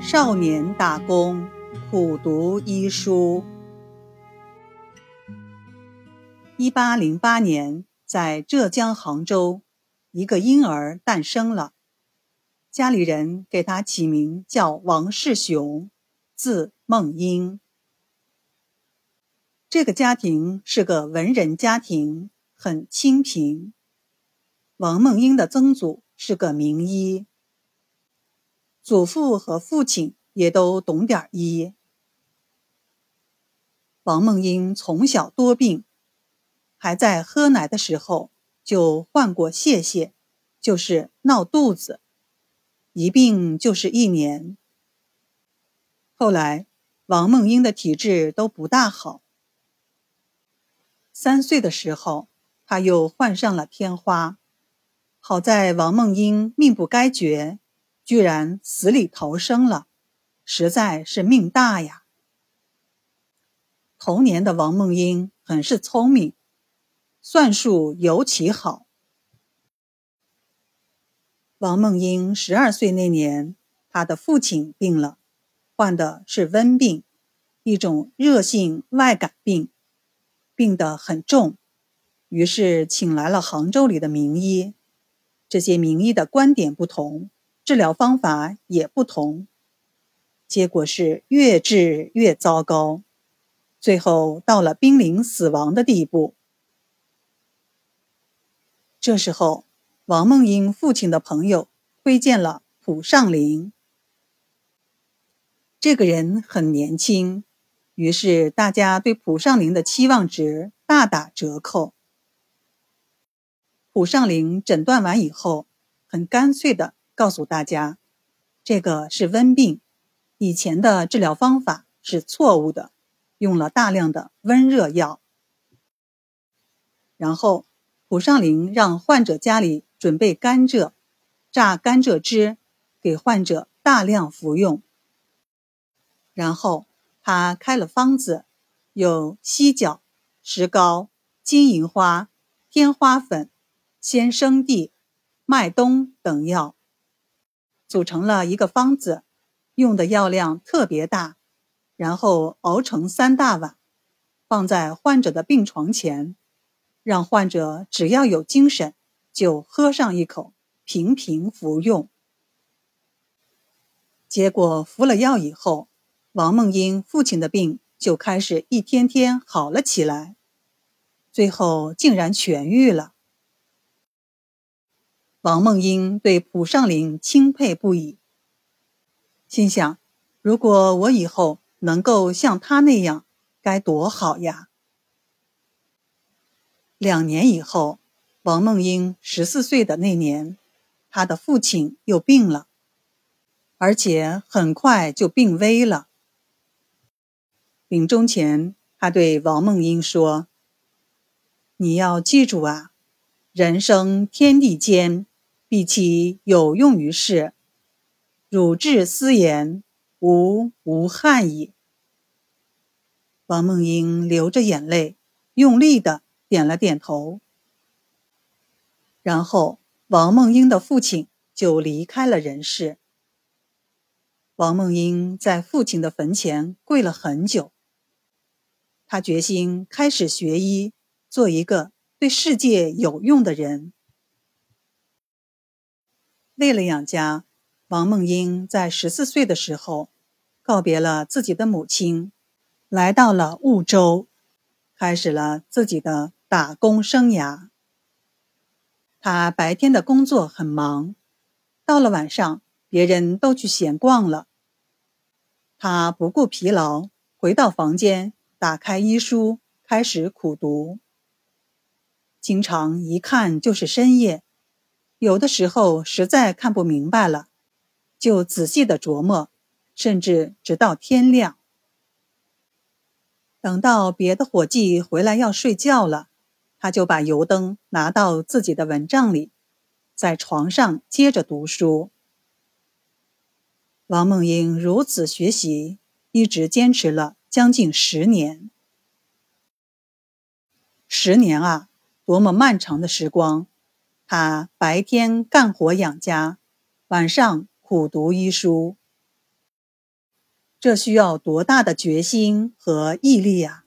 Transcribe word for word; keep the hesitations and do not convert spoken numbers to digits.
少年打工，苦读医书。一八零八年，在浙江杭州，一个婴儿诞生了，家里人给他起名叫王世雄，字梦英。这个家庭是个文人家庭，很清贫。王梦英的曾祖是个名医，祖父和父亲也都懂点医。王梦英从小多病，还在喝奶的时候就患过泄泻，就是闹肚子，一病就是一年。后来王梦英的体质都不大好，三岁的时候她又患上了天花，好在王梦英命不该绝，居然死里逃生了，实在是命大呀。童年的王梦英很是聪明，算术尤其好。王梦英十二岁那年，她的父亲病了，患的是温病，一种热性外感病，病得很重，于是请来了杭州里的名医。这些名医的观点不同，治疗方法也不同，结果是越治越糟糕，最后到了濒临死亡的地步。这时候，王梦英父亲的朋友推荐了蒲尚林。这个人很年轻，于是大家对蒲尚林的期望值大打折扣。蒲尚林诊断完以后，很干脆地告诉大家，这个是温病，以前的治疗方法是错误的，用了大量的温热药。然后蒲尚林让患者家里准备甘蔗，榨甘蔗汁，给患者大量服用。然后他开了方子，有犀角、石膏、金银花、天花粉、鲜生地、麦冬等药，组成了一个方子，用的药量特别大，然后熬成三大碗，放在患者的病床前，让患者只要有精神就喝上一口，频频服用。结果服了药以后，王梦英父亲的病就开始一天天好了起来，最后竟然痊愈了。王梦英对蒲尚林钦佩不已，心想，如果我以后能够像他那样，该多好呀。两年以后，王梦英十四岁的那年，她的父亲又病了，而且很快就病危了。临终前，他对王梦英说，你要记住啊，人生天地间，必其有用于世，汝治斯言，吾无憾矣。王梦英流着眼泪，用力地点了点头。然后王梦英的父亲就离开了人世。王梦英在父亲的坟前跪了很久，他决心开始学医，做一个对世界有用的人。为了养家，王梦英在十四岁的时候告别了自己的母亲，来到了婺州，开始了自己的打工生涯。他白天的工作很忙，到了晚上别人都去闲逛了，他不顾疲劳，回到房间，打开医书，开始苦读。经常一看就是深夜，有的时候实在看不明白了，就仔细地琢磨，甚至直到天亮。等到别的伙计回来要睡觉了，他就把油灯拿到自己的蚊帐里，在床上接着读书。王梦英如此学习，一直坚持了将近十年。十年啊，多么漫长的时光！他白天干活养家，晚上苦读医书。 这需要多大的决心和毅力啊！